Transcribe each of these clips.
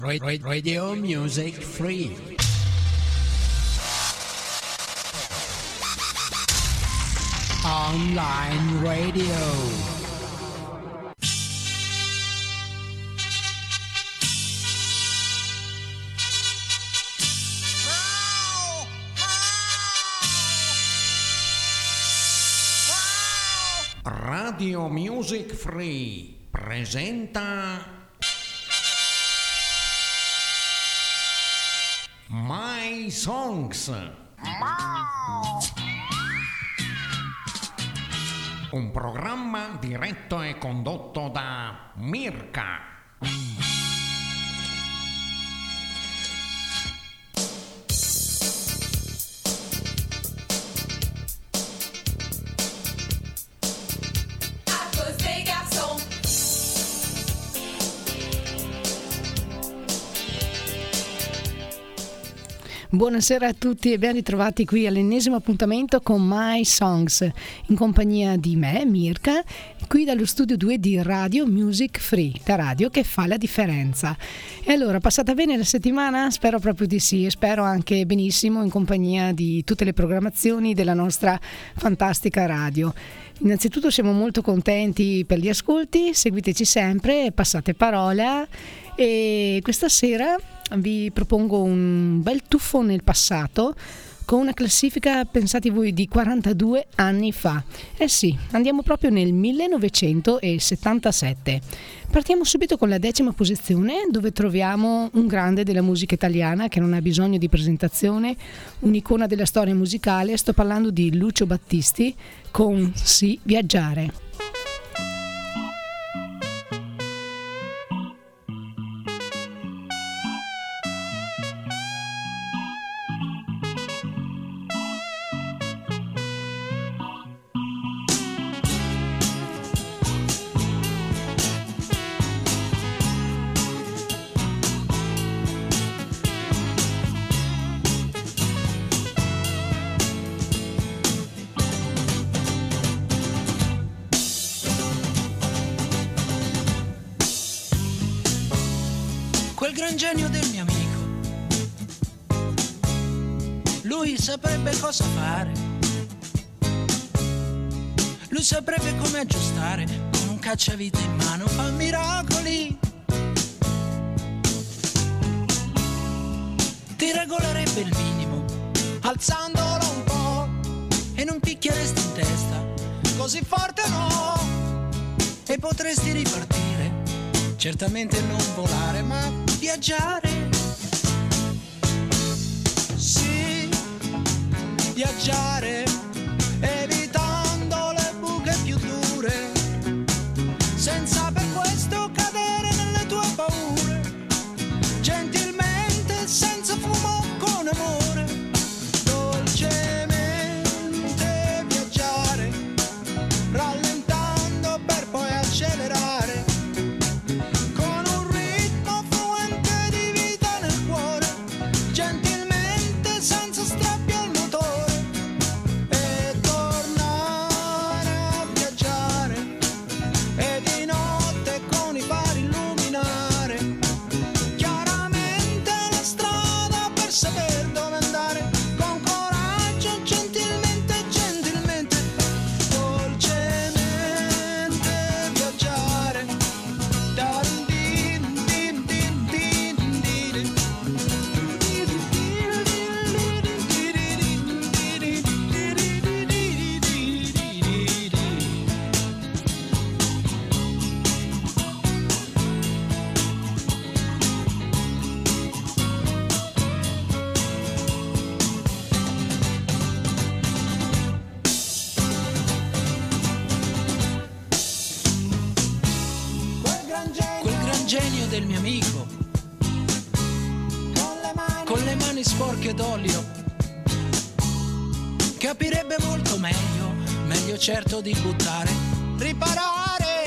Radio Music Free. Online radio. Radio Music Free presenta My Songs. Un programma diretto e condotto da Mirka. Buonasera a tutti e ben ritrovati qui all'ennesimo appuntamento con My Songs, in compagnia di me, Mirka, qui dallo studio 2 di Radio Music Free, la radio che fa la differenza. E allora, passata bene la settimana? Spero proprio di sì, e spero anche benissimo in compagnia di tutte le programmazioni della nostra fantastica radio. Innanzitutto siamo molto contenti per gli ascolti, seguiteci sempre, passate parola, e questa sera vi propongo un bel tuffo nel passato con una classifica, pensate voi, di 42 anni fa. Eh sì, andiamo proprio nel 1977. Partiamo subito con la 10ª posizione, dove troviamo un grande della musica italiana che non ha bisogno di presentazione, un'icona della storia musicale. Sto parlando di Lucio Battisti con Sì, viaggiare. Quel gran genio del mio amico, lui saprebbe cosa fare, lui saprebbe come aggiustare, con un cacciavite in mano fa miracoli, ti regolerebbe il minimo, alzandolo un po', e non picchieresti in testa, così forte no, e potresti ripartire. Certamente non volare, ma viaggiare. Sì, viaggiare, evitando le buche più dure, senza per questo cadere nelle tue paure. Gentilmente, senza fumo, con amore, dolcemente viaggiare, rallentando per poi accelerare. Genio del mio amico, con le mani sporche d'olio, capirebbe molto meglio certo di buttare, riparare,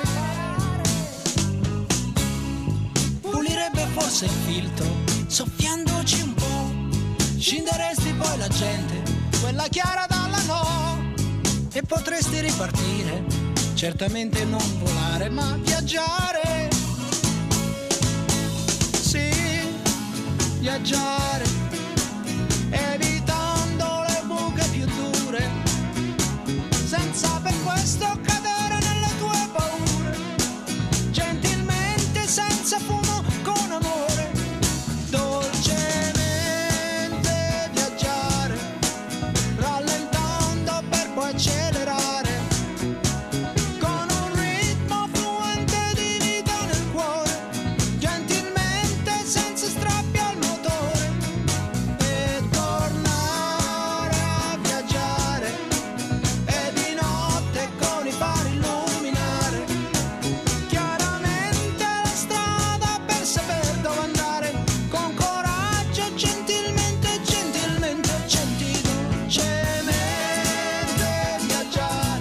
pulirebbe forse il filtro, soffiandoci un po', scinderesti poi la gente, quella chiara dalla no, e potresti ripartire, certamente non volare ma viaggiare. Sì, viaggiare, evitando le buche più dure, senza per questo cadere nelle tue paure, gentilmente senza fumo con amore, dolcemente viaggiare, rallentando per poi accelerare, con un ritmo fluente di vita nel cuore, gentilmente senza strappi al motore, e tornare a viaggiare, e di notte con i fari illuminare chiaramente la strada per saper dove andare, con coraggio, gentilmente, gentilmente, dolcemente viaggiare.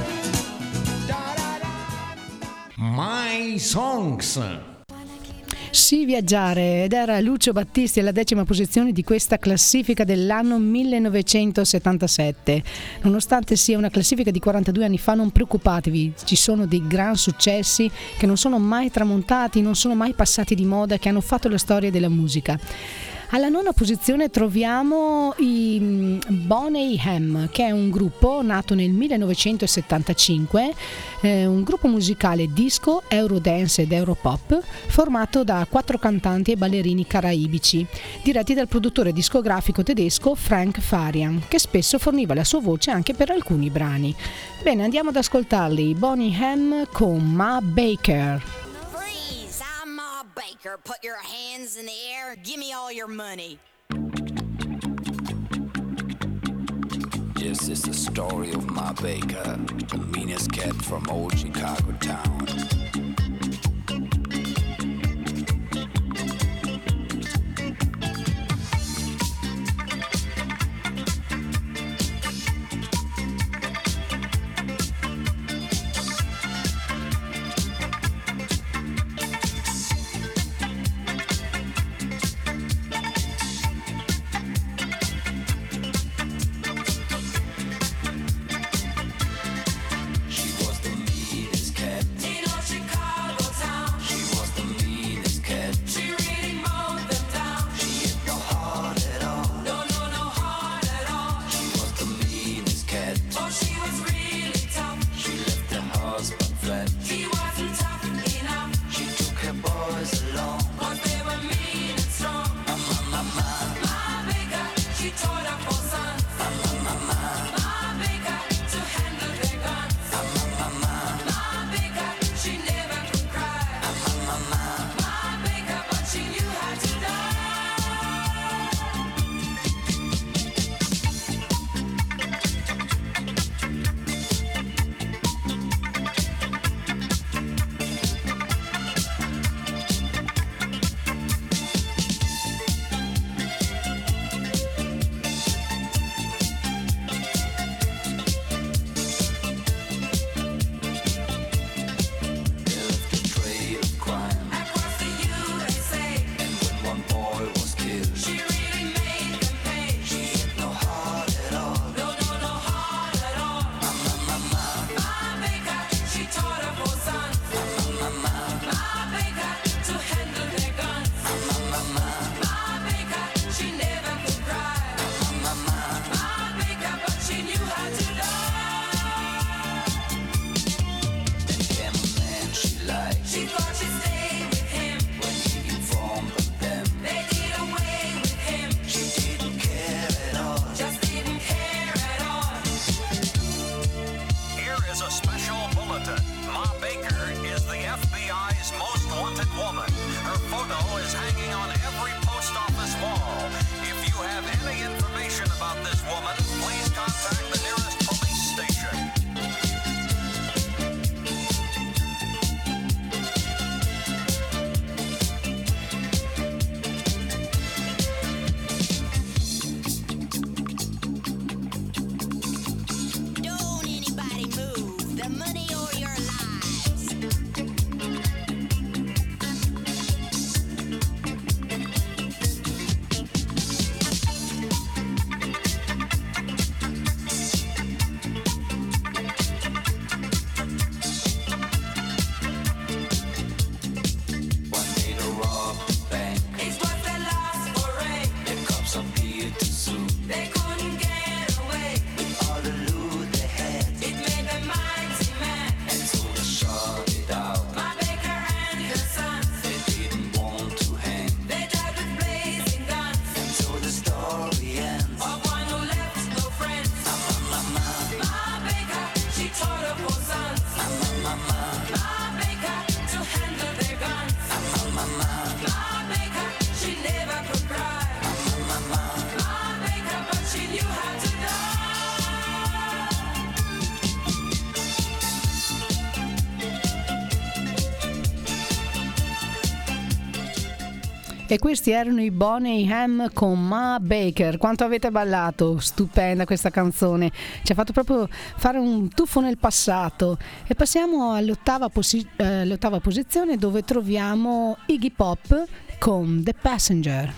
My Songs. Sì, viaggiare, ed era Lucio Battisti alla 10ª posizione di questa classifica dell'anno 1977. Nonostante sia una classifica di 42 anni fa, non preoccupatevi, ci sono dei gran successi che non sono mai tramontati, non sono mai passati di moda, che hanno fatto la storia della musica. Alla 9ª posizione troviamo i Boney M, che è un gruppo nato nel 1975, un gruppo musicale disco, eurodance ed europop, formato da 4 cantanti e ballerini caraibici, diretti dal produttore discografico tedesco Frank Farian, che spesso forniva la sua voce anche per alcuni brani. Bene, andiamo ad ascoltarli. Boney M con Ma Baker. Freeze! I'm Ma Baker. Put your hands in the air. Give me all your money. Yes, it's the story of Ma Baker, the meanest cat from old Chicago town. She was the meanest cat in all Chicago. E questi erano i Boney M con Ma Baker. Quanto avete ballato, stupenda questa canzone, ci ha fatto proprio fare un tuffo nel passato. E passiamo all'ottava posizione, dove troviamo Iggy Pop con The Passenger.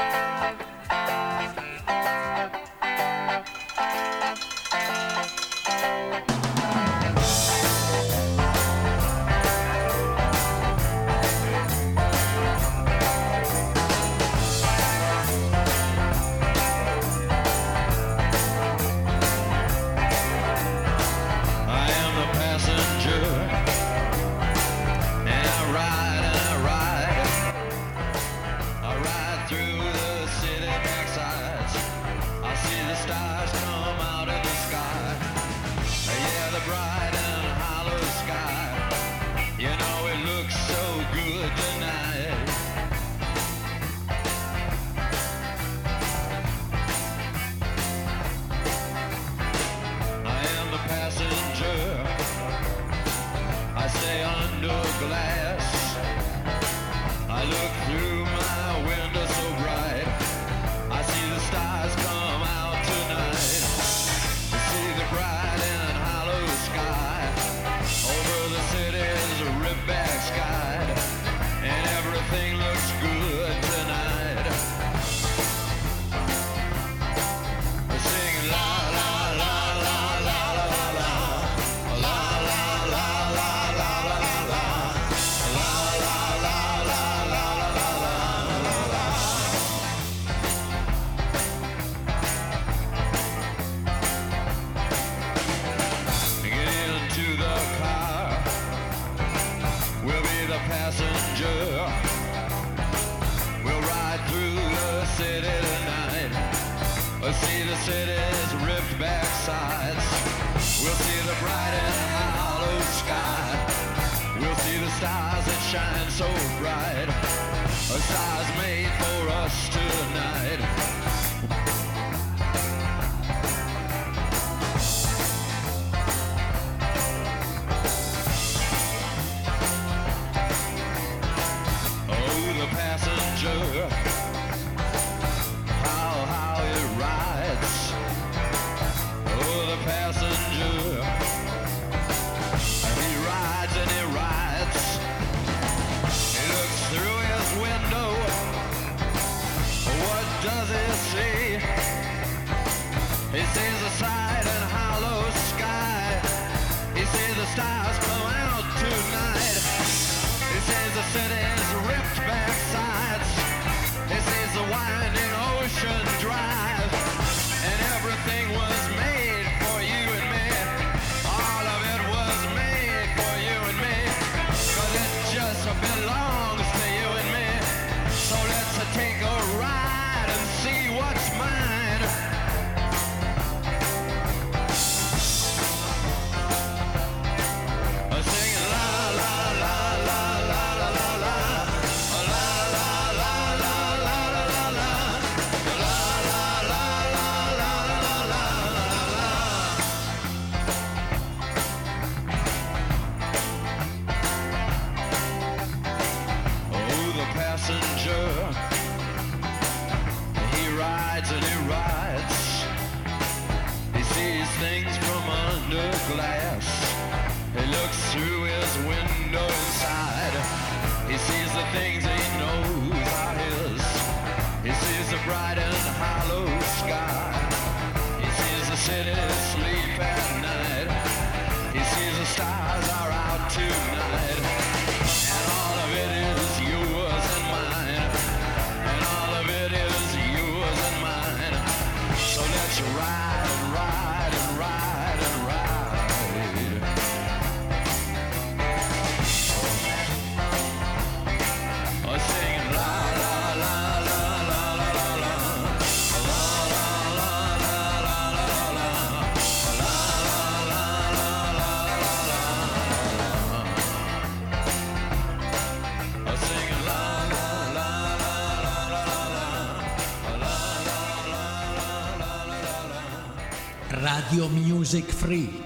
Radio Music Free.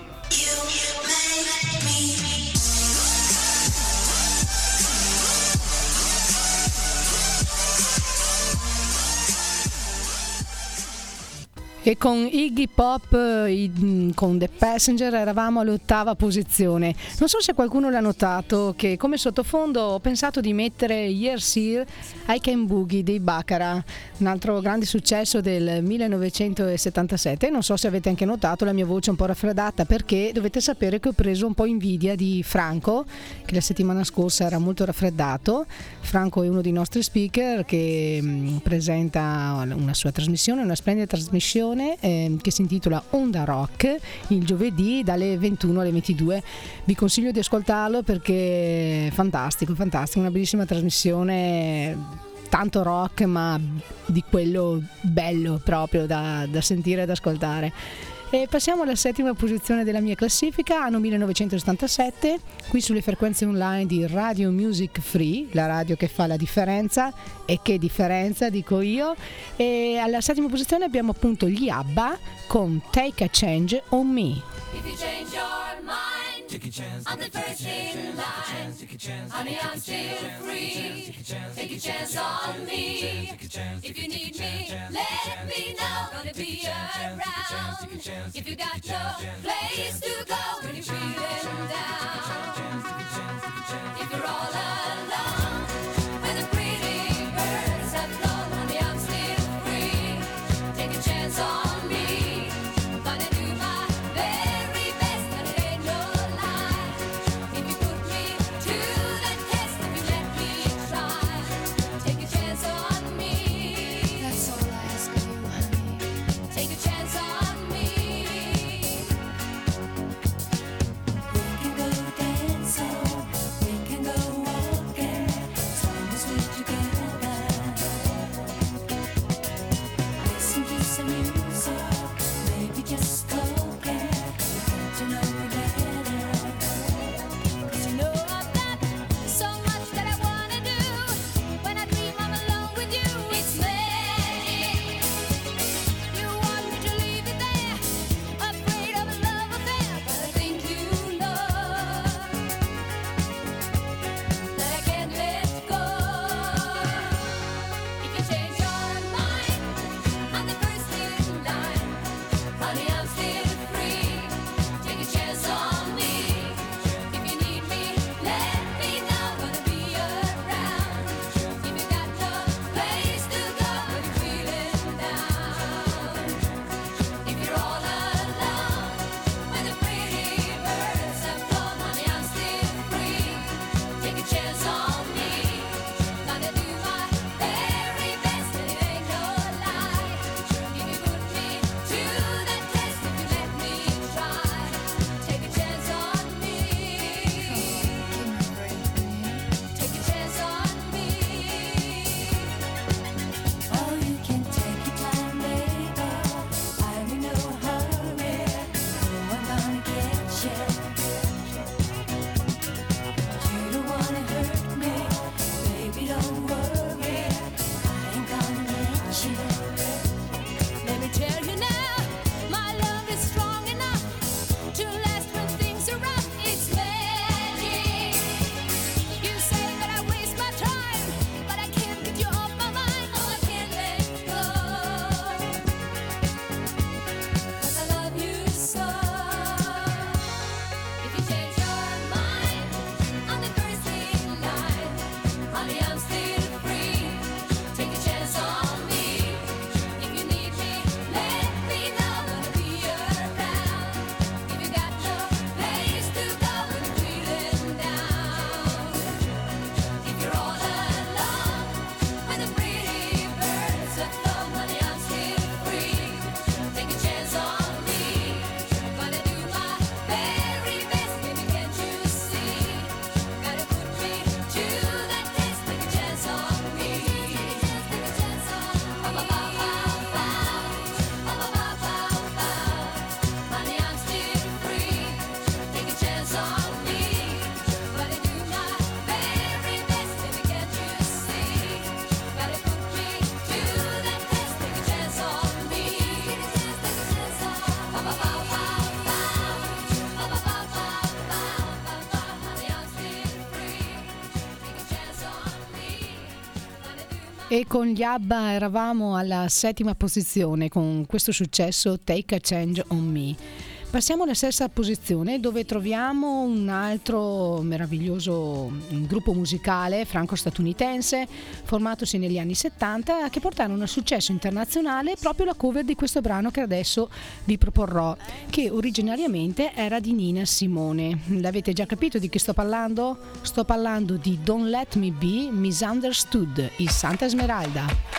E con Iggy Pop, con The Passenger, eravamo all'8ª posizione. Non so se qualcuno l'ha notato che come sottofondo ho pensato di mettere Years Here, I Can Boogie dei Baccara, un altro grande successo del 1977. Non so se avete anche notato la mia voce un po' raffreddata, perché dovete sapere che ho preso un po' invidia di Franco, che la settimana scorsa era molto raffreddato. Franco è uno dei nostri speaker che presenta una sua trasmissione, una splendida trasmissione che si intitola Onda Rock, il giovedì dalle 21 alle 22. Vi consiglio di ascoltarlo perché è fantastico, una bellissima trasmissione, tanto rock ma di quello bello proprio da sentire e da ascoltare. E passiamo alla 7ª posizione della mia classifica, anno 1977, qui sulle frequenze online di Radio Music Free, la radio che fa la differenza. E che differenza, dico io. E alla 7ª posizione abbiamo appunto gli ABBA con Take a Chance on Me. If you change your mind, take a chance, I'm the first in line. Honey, I'm still free. Take a chance on me. If you need me, let me know. Gonna be around. If you got no place to go when you're feeling down. If you're all alone, when the pretty birds have flown, honey, I'm still free. Take a chance on me. Gonna do my very best, and it ain't no lie. If you put me to the test, if you let me try, take a chance on me. That's all I ask of you, honey. Take a chance on me. We can go dancing, we can go walking, as long as we're together. Listen to some music, maybe just talking, get to know you better. 'Cause you know I've got so much that I wanna do. When I dream I'm alone with you, it's magic. You want me to leave it there, afraid of a love affair, but I think you know that I can't let go. If you change your mind, I'm the first in line. Honey, I'm still free. Take a chance on me. If you need me, let me know. Gonna be around. If you got no place to go when you're feeling down. If you're all alone, when the pretty birds have flown, honey, I'm still free. Take a chance on me. Gonna do my very best, and it ain't no lie. If you put me to the test, if you let me try, take a chance on me. Take a chance on me. Oh, you can take your time, baby. I'm in no hurry. No, I'm gonna get you. You don't wanna hurt me, baby, don't worry. I ain't gonna let you. Let me tell you now, my love is strong enough to last when things are rough. It's magic. You say that I waste my time, but I can't get you off my mind. Oh, I can't let go, 'cause I love you so. If you change your mind, I'm the first in line. Honey, I'm still free. Take a chance on me. E con gli ABBA eravamo alla 7ª posizione con questo successo Take a Chance on Me. Passiamo alla 6ª posizione, dove troviamo un altro meraviglioso gruppo musicale franco-statunitense formatosi negli anni 70, che portarono a successo internazionale proprio la cover di questo brano che adesso vi proporrò, che originariamente era di Nina Simone. L'avete già capito di chi sto parlando? Sto parlando di Don't Let Me Be Misunderstood, il Santa Esmeralda.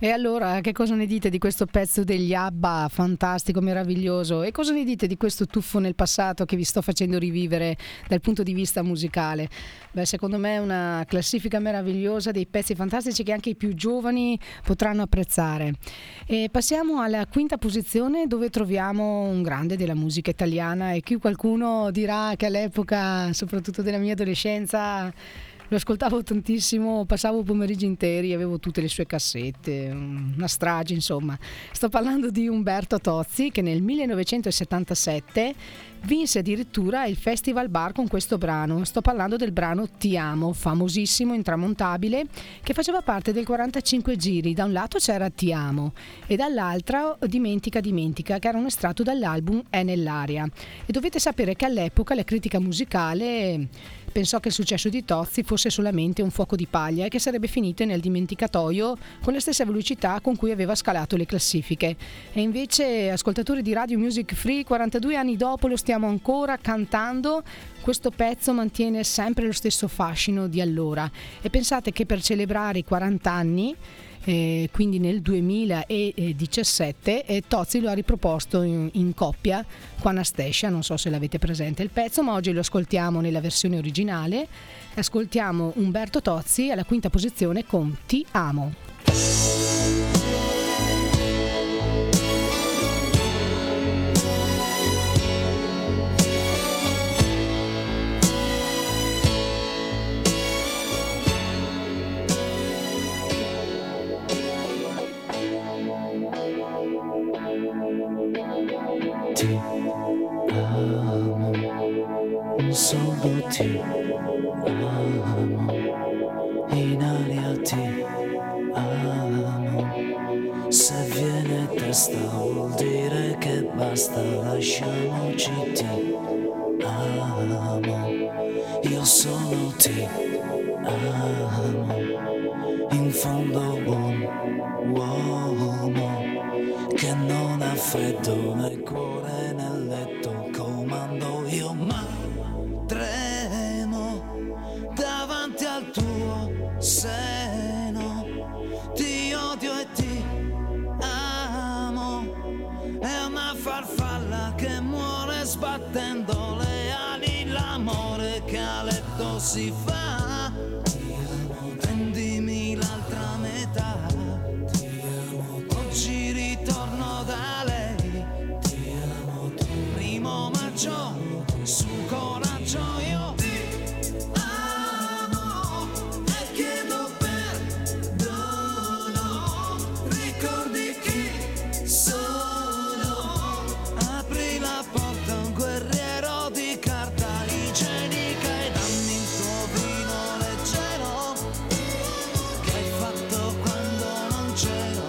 E allora, che cosa ne dite di questo pezzo degli ABBA, fantastico, meraviglioso? E cosa ne dite di questo tuffo nel passato che vi sto facendo rivivere dal punto di vista musicale? Beh, secondo me è una classifica meravigliosa dei pezzi fantastici che anche i più giovani potranno apprezzare. E passiamo alla quinta posizione, dove troviamo un grande della musica italiana, e qui qualcuno dirà che all'epoca, soprattutto della mia adolescenza, lo ascoltavo tantissimo, passavo pomeriggi interi, avevo tutte le sue cassette, una strage insomma. Sto parlando di Umberto Tozzi, che nel 1977 vinse addirittura il Festival Bar con questo brano. Sto parlando del brano Ti amo, famosissimo, intramontabile, che faceva parte del 45 giri. Da un lato c'era Ti amo e dall'altra Dimentica, che era un estratto dall'album È nell'aria. E dovete sapere che all'epoca la critica musicale pensò che il successo di Tozzi fosse solamente un fuoco di paglia e che sarebbe finito nel dimenticatoio con la stessa velocità con cui aveva scalato le classifiche. E invece, ascoltatori di Radio Music Free, 42 anni dopo lo stiamo ancora cantando. Questo pezzo mantiene sempre lo stesso fascino di allora. E pensate che per celebrare i 40 anni, quindi nel 2017, Tozzi lo ha riproposto in coppia con Anastasia. Non so se l'avete presente il pezzo, ma oggi lo ascoltiamo nella versione originale. Ascoltiamo Umberto Tozzi alla quinta posizione con Ti amo. Ti amo, solo ti amo, in aria ti amo. Se viene testa vuol dire che basta, lasciamoci, ti amo. Io solo ti amo, in fondo buon uomo che non ha freddo né cuore nel letto, comando io, ma tremo davanti al tuo seno. Ti odio e ti amo, è una farfalla che muore sbattendo le ali, l'amore che a letto si fa. Prendimi l'altra metà, oggi ritorno da lei. Primo maggio, su coraggio io ti amo e chiedo perdono. Ricordi chi sono? Apri la porta a un guerriero di carta igienica e dammi il tuo vino leggero che hai fatto quando non c'ero.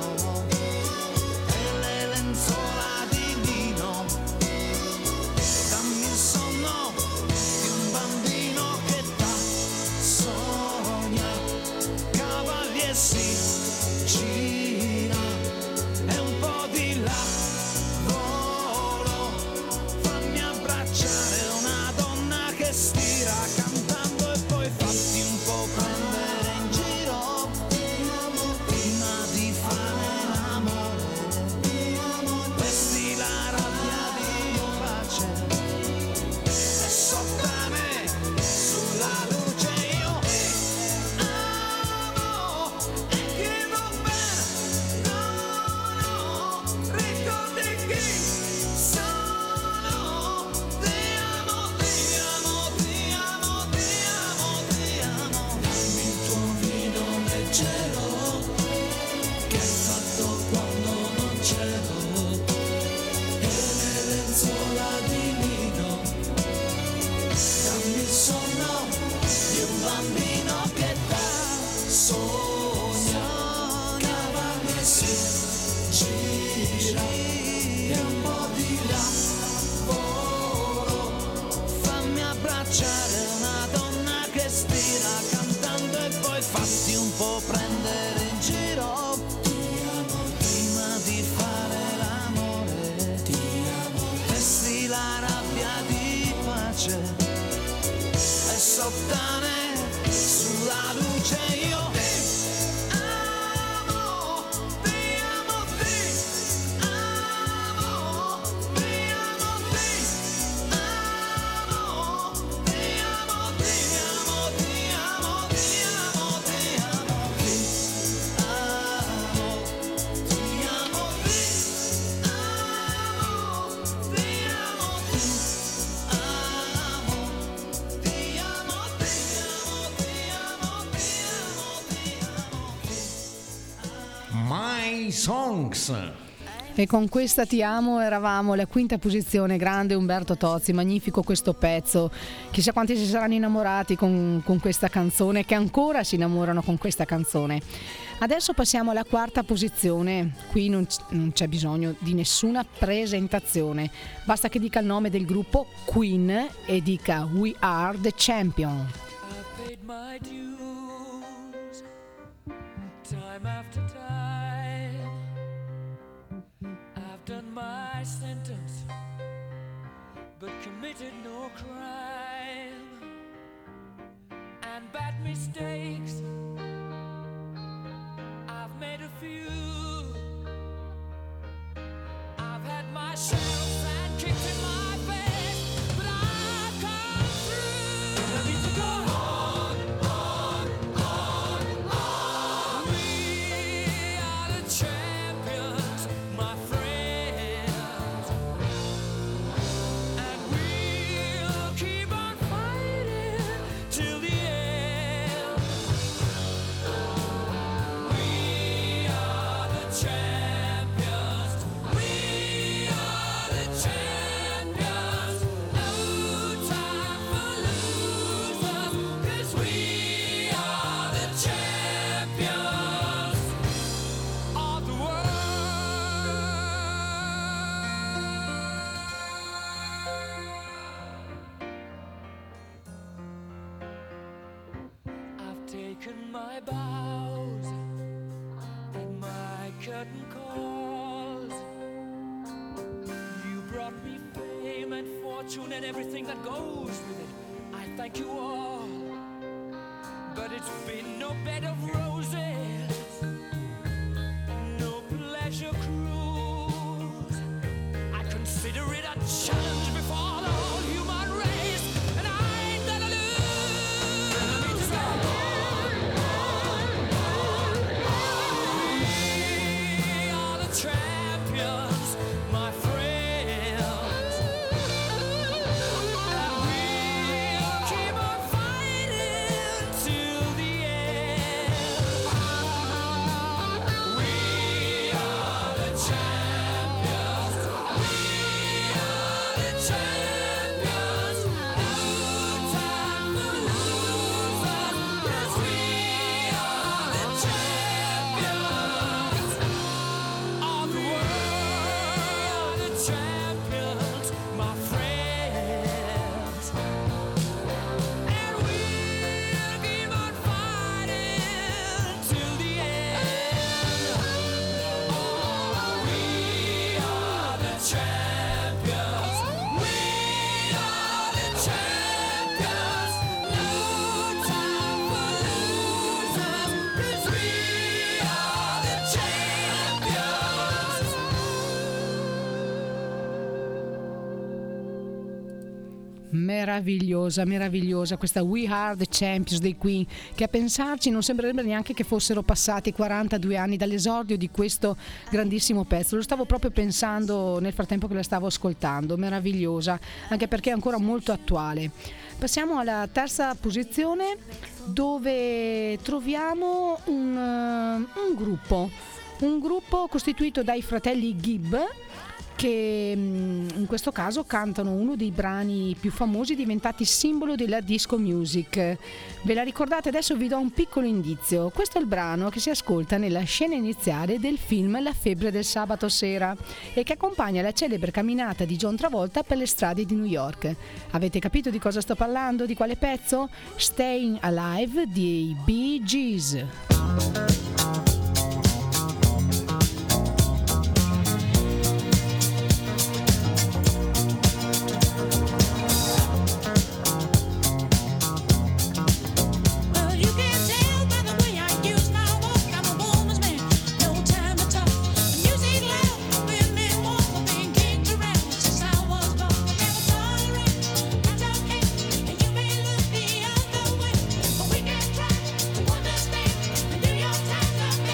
Sottane sulla luce io ti amo, ti Songs. E con questa Ti amo eravamo alla quinta posizione. Grande Umberto Tozzi, magnifico questo pezzo. Chissà quanti si saranno innamorati con questa canzone, che ancora si innamorano con questa canzone. Adesso passiamo alla quarta posizione. Qui non c'è bisogno di nessuna presentazione, basta che dica il nome del gruppo Queen e dica We Are the Champion. I've paid my dues, time after time. I've done my sentence, but committed no crime. And bad mistakes, I've made a few. I've had my shells and kicked in my face, but I've come through. I need to go on, on, on, on. We are the champions, my friends, and we'll keep on fighting till the end. We are the champions. We are the champions. No time for losers, 'cause we are the champions of the world. I've taken my bows and my curtain calls. You brought me fame and fortune and everything that goes with it. I thank you all, but it's been no bed of roses, no pleasure cruise. I consider it a challenge before the whole human race, and I ain't gonna lose. I need to go on, on, on, on. We are the champions, my friends, and we'll keep on fighting till the end. We are the champions. We are the champions. No time for losers, 'cause we are the champions of the world. The champions, my friends, and we'll keep on fighting till the end. Oh, we are the champions. We are the champions. No time for losers, 'cause we are the champions. Meravigliosa, meravigliosa questa We Are the Champions dei Queen, che a pensarci non sembrerebbe neanche che fossero passati 42 anni dall'esordio di questo grandissimo pezzo. Lo stavo proprio pensando nel frattempo che la stavo ascoltando. Meravigliosa, anche perché è ancora molto attuale. Passiamo alla terza posizione, dove troviamo un gruppo costituito dai fratelli Gibb, che in questo caso cantano uno dei brani più famosi diventati simbolo della disco music. Ve la ricordate? Adesso vi do un piccolo indizio. Questo è il brano che si ascolta nella scena iniziale del film La febbre del sabato sera e che accompagna la celebre camminata di John Travolta per le strade di New York. Avete capito di cosa sto parlando? Di quale pezzo? Staying Alive dei Bee Gees. Well, you can tell by the way I use my walk, I'm a woman's man, no time to talk. Music loud, with me more for being kicked around since I was born. Never tolerate, I don't hate, and you may look the other way, but we can try to understand. The New York Times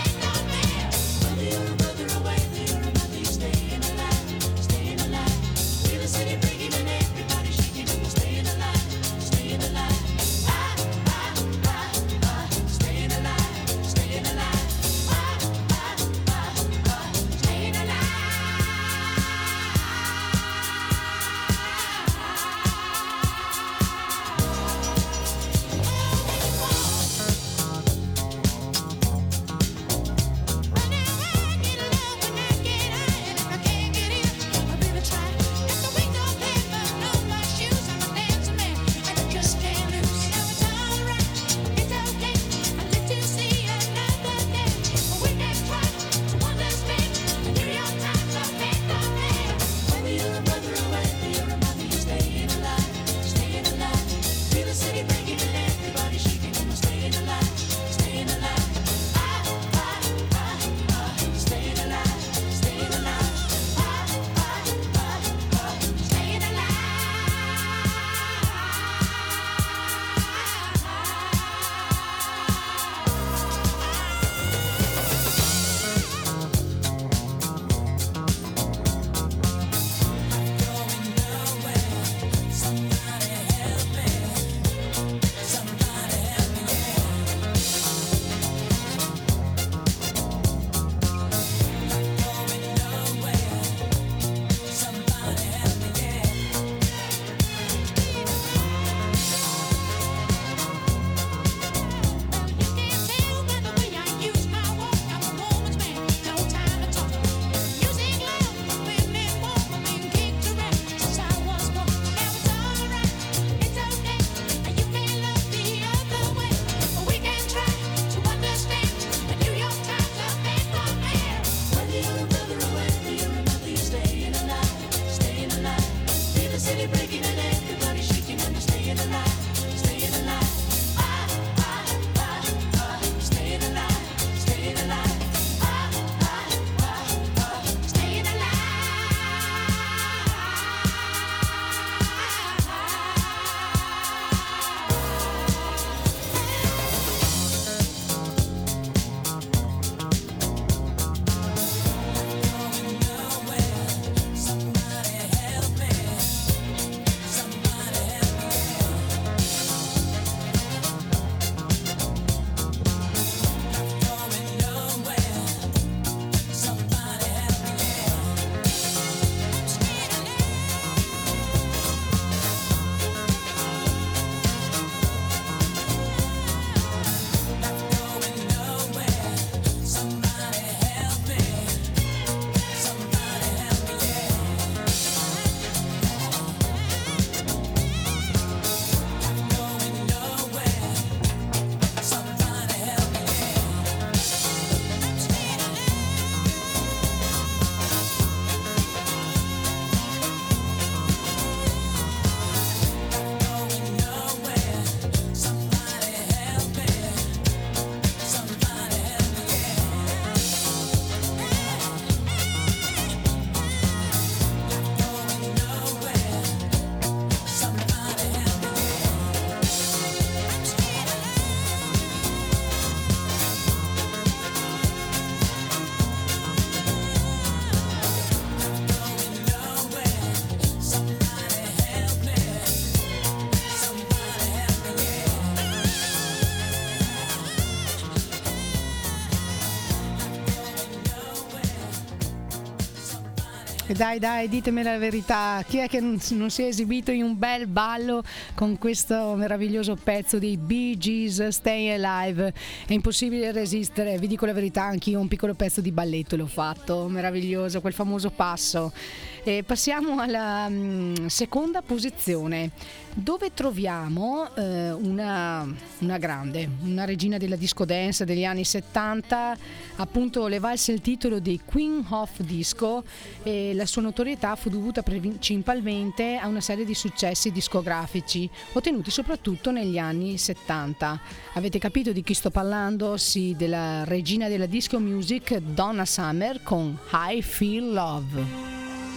E dai, ditemi la verità, chi è che non si è esibito in un bel ballo con questo meraviglioso pezzo dei Bee Gees, Stay Alive? È impossibile resistere, vi dico la verità, anch'io un piccolo pezzo di balletto l'ho fatto, meraviglioso, quel famoso passo. E passiamo alla seconda posizione, dove troviamo una grande, una regina della disco dance degli anni 70, appunto le valse il titolo di Queen of Disco, e la sua notorietà fu dovuta principalmente a una serie di successi discografici ottenuti soprattutto negli anni 70. Avete capito di chi sto parlando? Sì, della regina della disco music Donna Summer con I Feel Love.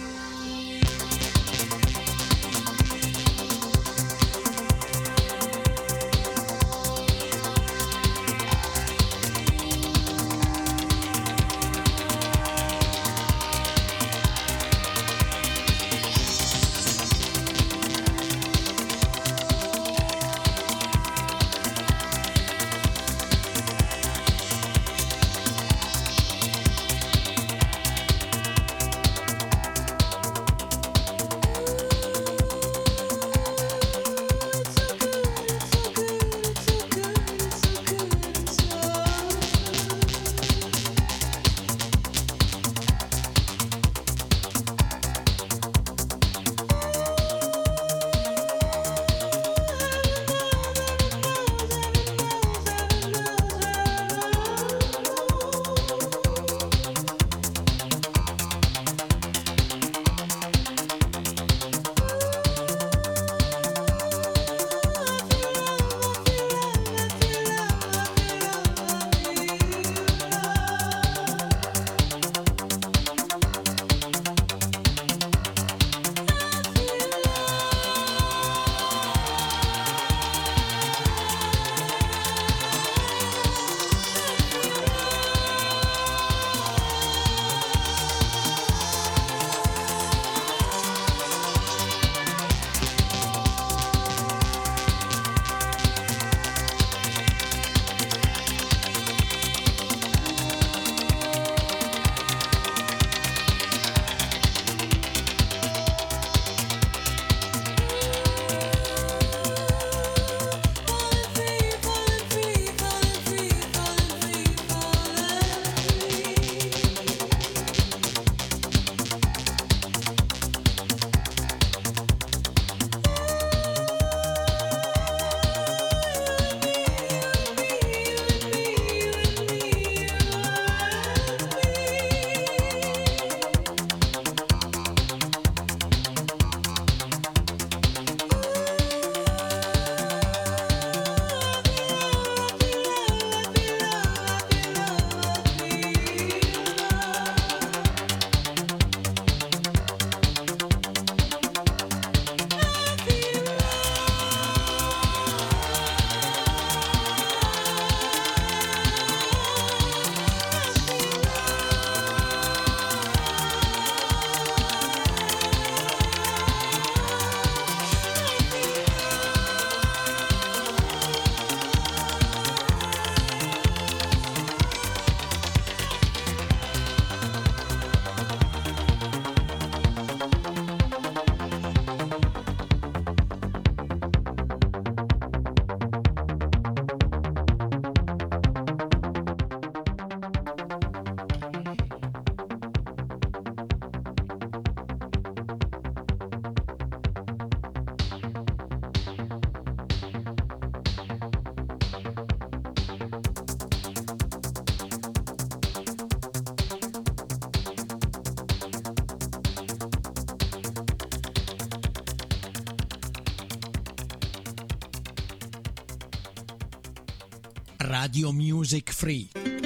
Radio Music Free.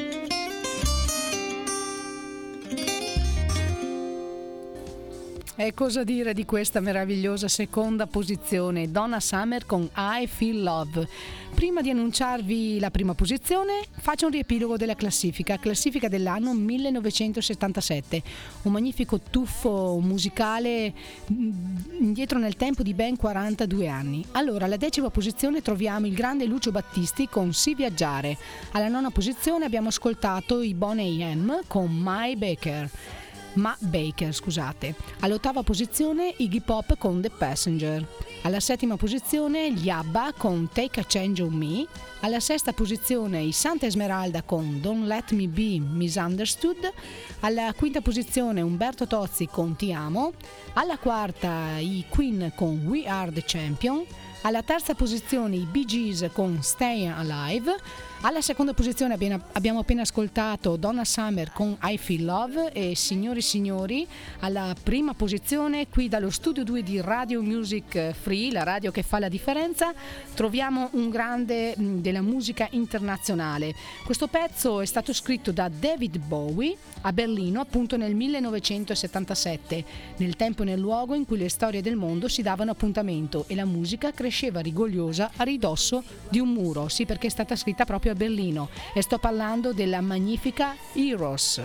E cosa dire di questa meravigliosa seconda posizione, Donna Summer con I Feel Love. Prima di annunciarvi la prima posizione, faccio un riepilogo della classifica dell'anno 1977, un magnifico tuffo musicale indietro nel tempo di ben 42 anni. Allora, alla 10ª posizione troviamo il grande Lucio Battisti con Si viaggiare. Alla 9ª posizione abbiamo ascoltato i Boney M con My Baker. Baker, scusate. All'8ª posizione Iggy Pop con The Passenger. Alla 7ª posizione gli ABBA con Take a Change on Me. Alla 6ª posizione i Santa Esmeralda con Don't Let Me Be Misunderstood. Alla 5ª posizione Umberto Tozzi con Ti Amo. Alla 4ª i Queen con We Are the Champion. Alla 3ª posizione i Bee Gees con Stay Alive. Alla 2ª posizione abbiamo appena ascoltato Donna Summer con I Feel Love. E signori e signori, alla 1ª posizione qui dallo studio 2 di Radio Music Free, la radio che fa la differenza, troviamo un grande della musica internazionale. Questo pezzo è stato scritto da David Bowie a Berlino appunto nel 1977, nel tempo e nel luogo in cui le storie del mondo si davano appuntamento e la musica cresceva rigogliosa a ridosso di un muro. Sì, perché è stata scritta proprio a Berlino, e sto parlando della magnifica Heroes.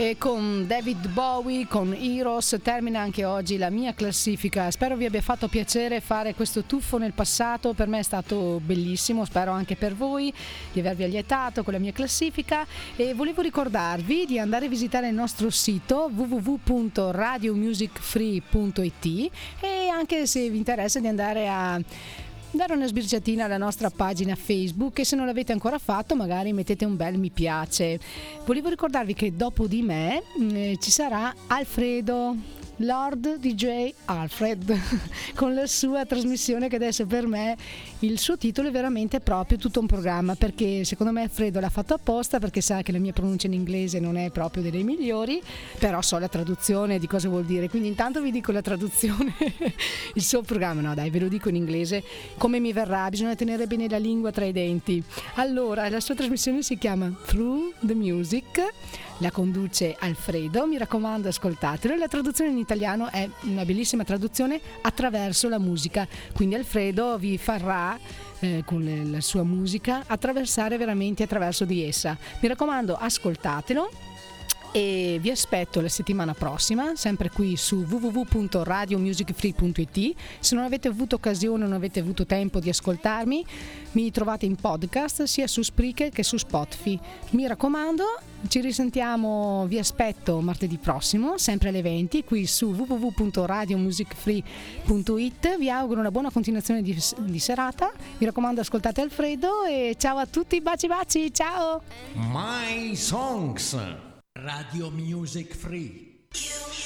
E con David Bowie, con Heroes, termina anche oggi la mia classifica. Spero vi abbia fatto piacere fare questo tuffo nel passato, per me è stato bellissimo, spero anche per voi di avervi allietato con la mia classifica. E volevo ricordarvi di andare a visitare il nostro sito www.radiomusicfree.it e anche, se vi interessa, di andare a dare una sbirciatina alla nostra pagina Facebook, e se non l'avete ancora fatto magari mettete un bel mi piace. Volevo ricordarvi che dopo di me ci sarà Alfredo, Lord DJ Alfred, con la sua trasmissione, che adesso per me il suo titolo è veramente proprio tutto un programma, perché secondo me Alfredo l'ha fatto apposta, perché sa che la mia pronuncia in inglese non è proprio delle migliori, però so la traduzione di cosa vuol dire, quindi intanto vi dico la traduzione. Il suo programma, no dai, ve lo dico in inglese come mi verrà, bisogna tenere bene la lingua tra i denti. Allora, la sua trasmissione si chiama Through the Music, la conduce Alfredo, mi raccomando ascoltatelo. La traduzione in italiano è una bellissima traduzione, attraverso la musica, quindi Alfredo vi farà con la sua musica attraversare veramente attraverso di essa. Mi raccomando, ascoltatelo. E vi aspetto la settimana prossima, sempre qui su www.radiomusicfree.it. Se non avete avuto occasione o non avete avuto tempo di ascoltarmi, mi trovate in podcast sia su Spreaker che su Spotify. Mi raccomando, ci risentiamo, vi aspetto martedì prossimo, sempre alle 20, qui su www.radiomusicfree.it. Vi auguro una buona continuazione di serata. Mi raccomando, ascoltate Alfredo e ciao a tutti, baci baci, ciao! My Songs. Radio Music Free.